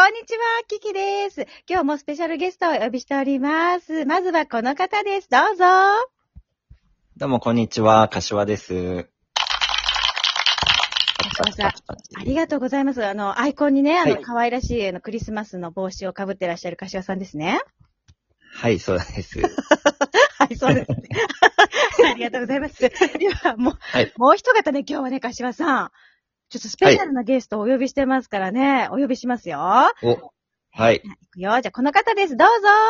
んにちは、キキです。今日もスペシャルゲストをお呼びしております。まずはこの方です。どうぞ。 どうも、こんにちは。柏です。 柏さん、ありがとうございます。アイコンにね、 はい可愛らしいクリスマスの帽子をかぶってらっしゃる柏さんですね。 はい、そうです。 はい、そうですね。ありがとうございます。では、 はい。 もう一方ね、今日はね、柏さん、ちょっとスペシャルなゲストをお呼びしてますからね、お呼びしますよ。 お、はい。 いくよ。じゃあ、この方です。どうぞ。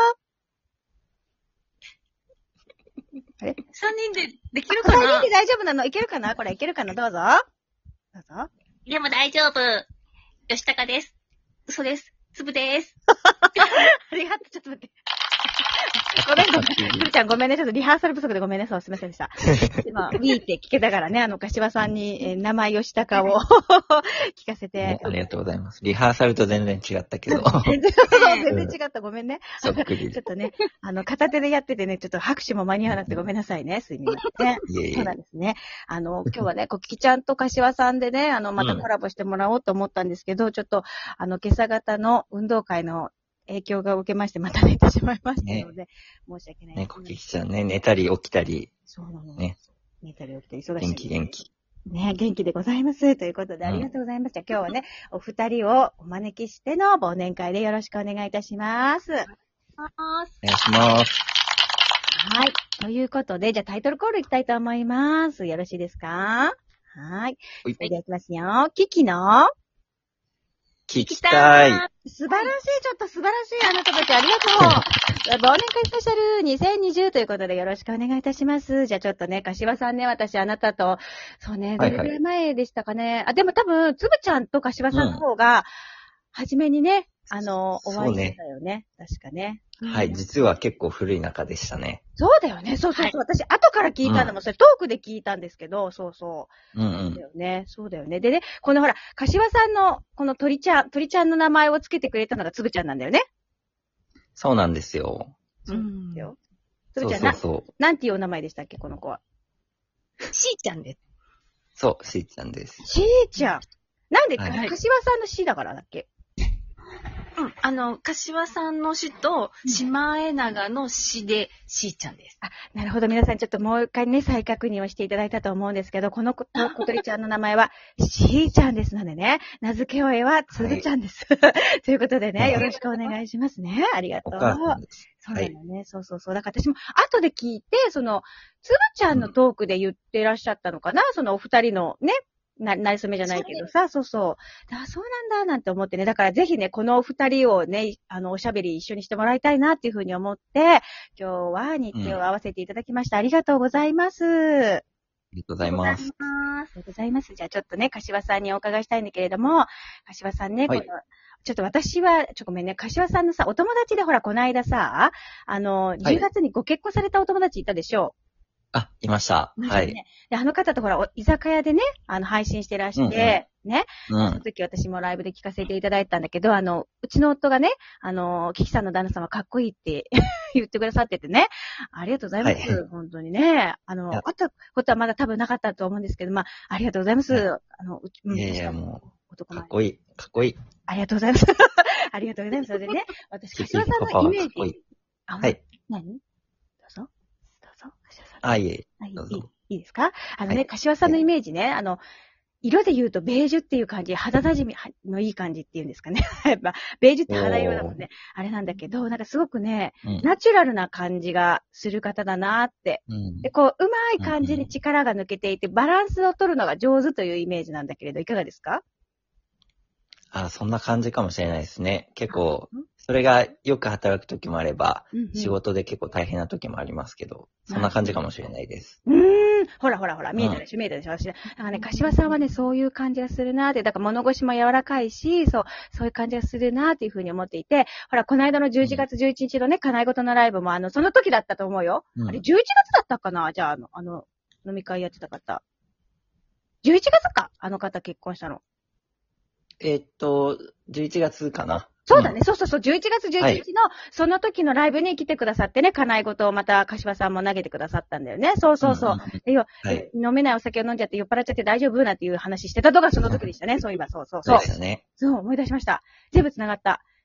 3人でできるか 3 な人で大丈夫なの？いけるかな？これいけるかな？どうぞ。どうぞ。 でも大丈夫。吉高です。嘘です。つぶです。 ありがとう。ちょっと待って。ごめん。つぶちゃんごめんね。ちょっとリハーサル不足でごめんね。そう、すいませんでした。今、ウィーって聞けたからね、柏さんに、名前吉高を聞かせて。 ありがとうございます。リハーサルと全然違ったけど。 全然違った。ごめんね。 そっくりで。 ちょっとね、片手でやっててね、ちょっと拍手も間に合わなくてごめんなさいね。すいませんね。 いえいえ。 そうなんですね。今日はね、キキちゃんと柏さんでね、またコラボしてもらおうと思ったんですけど、ちょっと、今朝方の運動会の影響が受けまして、また寝てしまいましたので、申し訳ない。 ね、コキキちゃんね、寝たり起きたり。 そうなの。 ね。 寝たり起きたり忙しい。 元気。 ね、元気でございます。ということで、ありがとうございました。今日はね、お二人をお招きしての忘年会でよろしくお願いいたします。 お願いします。 はい。ということで、じゃあタイトルコールいきたいと思います。よろしいですか？はい。それではいきますよ。キキの聞きたい。 素晴らしい、ちょっと素晴らしい、あなたたちありがとう。忘年会スペシャル2020ということでよろしくお願いいたします。じゃあちょっとね、柏さんね、私あなたと、そうね、どれぐらい前でしたかね。でも多分、つぶちゃんと柏さんの方が、初めにね、お会いしてたよね。確かね。 はい、実は結構古い仲でしたね。 そうだよね。そう。私、後から聞いたのも、それトークで聞いたんですけど、そう。そうだよね。そうだよね。でね、このほら、柏さんの、この鳥ちゃんの名前をつけてくれたのがつぶちゃんなんだよね。 そうなんですよ。 そうですよ。つぶちゃん、なんていうお名前でしたっけ、この子は。 しーちゃんです。 そう、しーちゃんです。 しーちゃん。なんで、柏さんのしだからだっけ？ 柏さんのしと、シマエナガのしで、しーちゃんです。 なるほど。皆さんちょっともう一回ね、再確認をしていただいたと思うんですけど、この小鳥ちゃんの名前は、しーちゃんですのでね、名付け親はつぶちゃんです。ということでね、よろしくお願いしますね。ありがとう。そうなのね。そう。だから私も後で聞いて、つぶちゃんのトークで言ってらっしゃったのかな、そのお二人のね、なりそめじゃないけどさ、そう。そうなんだ、なんて思ってね。だからぜひね、このお二人をね、おしゃべり一緒にしてもらいたいなっていうふうに思って、今日は日程を合わせていただきました。ありがとうございます。 ありがとうございます。 ありがとうございます。じゃあちょっとね、柏さんにお伺いしたいんだけれども、柏さんね、ちょっと私は、ごめんね、柏さんのさ、お友達でほら、この間さ、10月にご結婚されたお友達いたでしょ？ いました。はい。 で、あの方とほら、居酒屋でね、配信してらして、ね。その時私もライブで聞かせていただいたんだけど、うちの夫がね、キキさんの旦那さんはかっこいいって言ってくださっててね。ありがとうございます。本当にね。会ったことはまだ多分なかったと思うんですけど、まあ、ありがとうございます。 いや、もう、かっこいい。 ありがとうございます。ありがとうございます。それでね、私、柏さんのイメージ。 はい。 何？どうぞ。 いいですか？柏さんのイメージね、色で言うとベージュっていう感じ、肌馴染みのいい感じっていうんですかね。やっぱ、ベージュって肌色だもんね。あれなんだけど、なんかすごくね、ナチュラルな感じがする方だなって。で、うまい感じに力が抜けていて、バランスを取るのが上手というイメージなんだけれど、いかがですか？ そんな感じかもしれないですね。結構、それがよく働く時もあれば、仕事で結構大変な時もありますけど、そんな感じかもしれないです。 ほら、見えたでしょ、私。だからね、柏さんはね、そういう感じがするなーって、だから物腰も柔らかいし、そういう感じがするなーっていうふうに思っていて、ほら、この間の11月11日のね、叶い事のライブも、その時だったと思うよ。あれ、11月だったかな？じゃあ、飲み会やってた方。11月か？あの方結婚したの。 11月かな。 そうだね。そう。11月11日の、その時のライブに来てくださってね、叶い事をまた柏さんも投げてくださったんだよね。そう。飲めないお酒を飲んじゃって酔っ払っちゃって大丈夫なんていう話してたのがその時でしたね。そういえば、そう。 そうですね。 そう、思い出しました。全部繋がった。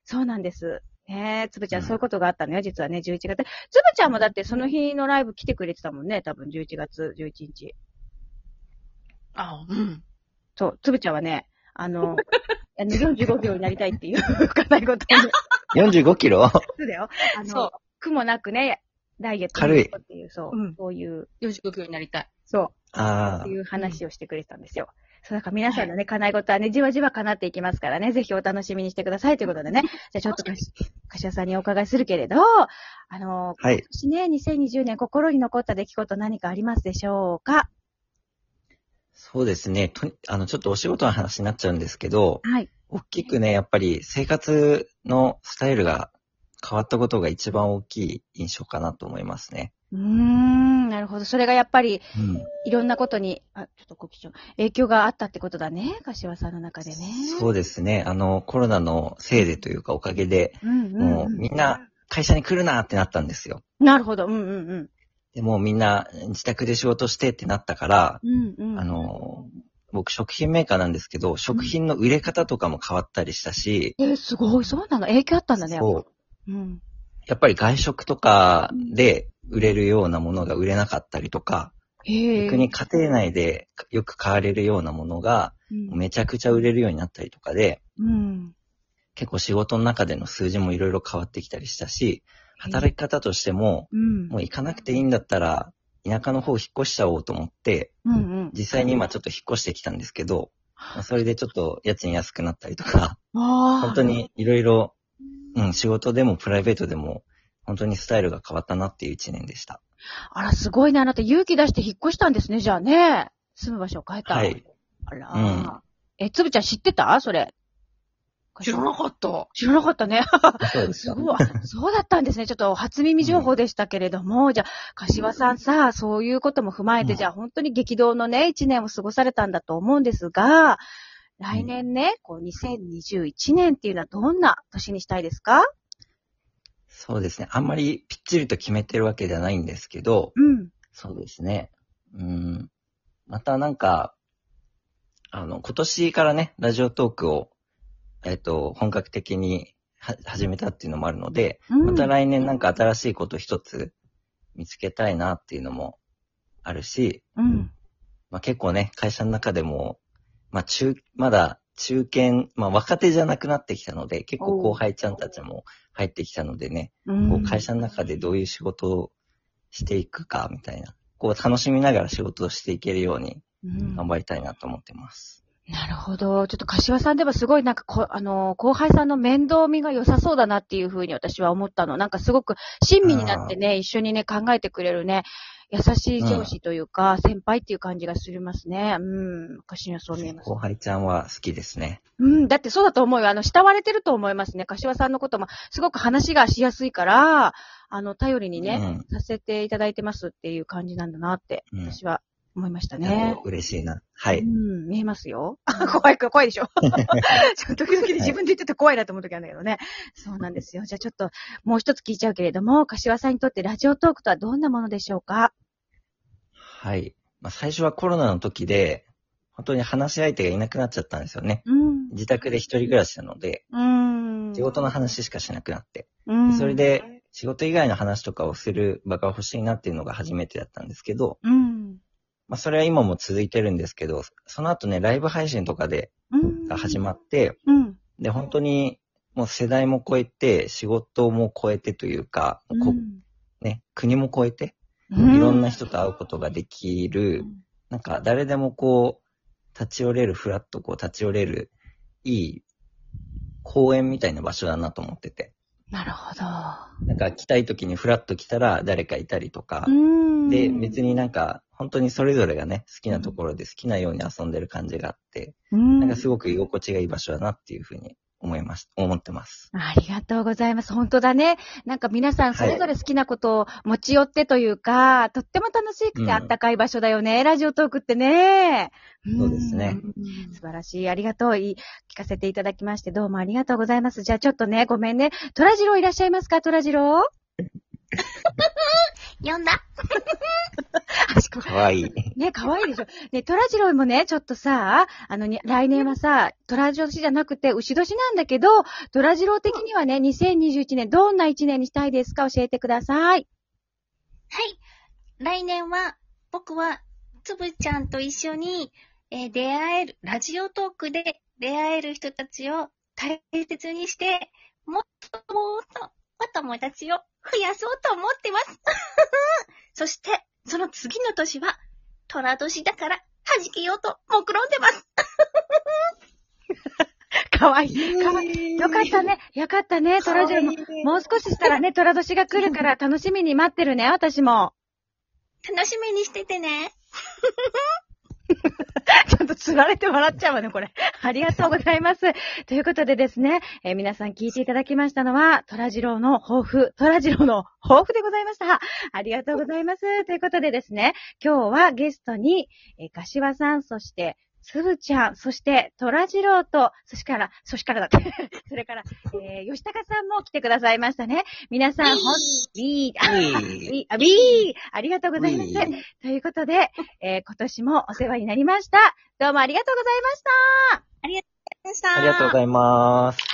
そうなんです。ねえ、つぶちゃん、 うんそういうことがあったのよ、実はね、11月。つぶちゃんもだってその日のライブ来てくれてたもんね、多分11月11日。 あ、うん。 そう、つぶちゃんはね、45秒になりたいっていう叶い事に。 45キロそうだよ。 そう苦もなくね、ダイエット軽いっていう、そう、 うんそういう、 45キロになりたい。 そう、 ああっていう話をしてくれてたんですよ。そう、だから皆さんのね、叶い事はね、じわじわ叶っていきますからね、ぜひお楽しみにしてくださいということでね。じゃあちょっと柏さんにお伺いするけれど、 はい今年ね、2020年心に残った出来事何かありますでしょうか？ そうですね。ちょっとお仕事の話になっちゃうんですけど、 はい。 大きくね、やっぱり生活のスタイルが変わったことが一番大きい印象かなと思いますね。 なるほど。それがやっぱり、 うん。 いろんなことに、ちょっとご記帳、影響があったってことだね、柏さんの中でね。 そうですね。コロナのせいでというかおかげで、もうみんな会社に来るなってなったんですよ。 なるほど。うんうんうん。 でもみんな自宅で仕事してってなったから、 うんうん。 僕食品メーカーなんですけど、食品の売れ方とかも変わったりしたし、 すごい。そうなの。影響あったんだね。 そう。 うん。 やっぱり外食とかで売れるようなものが売れなかったりとか、逆に家庭内でよく買われるようなものがめちゃくちゃ売れるようになったりとかで、結構仕事の中での数字もいろいろ変わってきたりしたし、働き方としても、もう行かなくていいんだったら、田舎の方引っ越しちゃおうと思って、実際に今ちょっと引っ越してきたんですけど、それでちょっと家賃安くなったりとか、本当にいろいろ、仕事でもプライベートでも、本当にスタイルが変わったなっていう一年でした。 あら、すごいね。あなた勇気出して引っ越したんですね、じゃあね。住む場所を変えた。 はい。 あら。つぶちゃん知ってたそれ。 知らなかった。 知らなかったね。 そうですか。 すごい。そうだったんですね。ちょっと初耳情報でしたけれども、じゃあ、柏さんさ、そういうことも踏まえて、じゃあ本当に激動のね、一年を過ごされたんだと思うんですが、来年ね、2021年っていうのはどんな年にしたいですか？ そうですね。あんまりぴっちりと決めてるわけではないんですけど、そうですね。またなんか、今年からね、ラジオトークを、本格的に始めたっていうのもあるので、また来年なんか新しいこと一つ見つけたいなっていうのもあるし、結構ね、会社の中でも、まだ中堅、若手じゃなくなってきたので、結構後輩ちゃんたちも入ってきたのでね、会社の中でどういう仕事をしていくかみたいな、楽しみながら仕事をしていけるように頑張りたいなと思ってます。 なるほど。ちょっと柏さんではすごいなんか後輩さんの面倒見が良さそうだなっていうふうに私は思ったの。なんかすごく親身になってね、一緒にね、考えてくれるね、優しい上司というか、先輩っていう感じがしますね。私にはそう見えます。 後輩ちゃんは好きですね。 だってそうだと思うよ。慕われてると思いますね。柏さんのこともすごく話がしやすいから、頼りにね、させていただいてますっていう感じなんだなって、私は思いましたね。 嬉しいな。はい。 見えますよ。怖いでしょ時々自分で言ってて怖いなと思う時あるんだけどね。そうなんですよ。じゃあちょっともう一つ聞いちゃうけれども、柏さんにとってラジオトークとはどんなものでしょうか？ はい。最初はコロナの時で、本当に話し相手がいなくなっちゃったんですよね。自宅で一人暮らしなので、仕事の話しかしなくなって。それで仕事以外の話とかをする場が欲しいなっていうのが初めてだったんですけど、それは今も続いてるんですけど、その後ね、ライブ配信とかで、が始まって、で、本当にもう世代も超えて、仕事も超えてというか、国も超えて、いろんな人と会うことができる、なんか誰でも立ち寄れる、フラッと立ち寄れる、いい公園みたいな場所だなと思ってて。 なるほど。 なんか来たい時にフラッと来たら誰かいたりとか、で、別になんか本当にそれぞれがね、好きなところで好きなように遊んでる感じがあって、なんかすごく居心地がいい場所だなっていうふうに思ってます。 ありがとうございます。本当だね。なんか皆さんそれぞれ好きなことを持ち寄ってというか、とっても楽しくてあったかい場所だよね、ラジオトークってね。 そうですね。 素晴らしい。ありがとう。聞かせていただきましてどうもありがとうございます。じゃあちょっとね、ごめんね。トラジローいらっしゃいますか？トラジロー呼んだかわいい。 ね、かわいいでしょ。ね、トラジローもね、ちょっとさ、来年はさ、トラ年じゃなくて牛年なんだけど、トラジロー的にはね、2021年どんな1年にしたいですか？教えてください。 はい。来年は、僕は、つぶちゃんと一緒に、出会える、ラジオトークで出会える人たちを大切にして、もっともっとお友達を増やそうと思ってます。そして、その次の年は、虎年だから弾けようと目論んでます。 かわいい。かわいい。よかったね。よかったね。トラジロも。もう少ししたらね、虎年が来るから楽しみに待ってるね、私も。 楽しみにしててね。 ちょっと釣られて笑っちゃうわね、これ。ありがとうございます。ということでですね、皆さん聞いていただきましたのは、トラジローの抱負でございました。ありがとうございます。ということでですね、今日はゲストに、柏さん、そして、つぶちゃん、そして、トラジローと、それからだって、それから、吉高さんも来てくださいましたね。皆さん、ありがとうございます。ということで、今年もお世話になりました。どうもありがとうございました。 ありがとうございました。 ありがとうございます。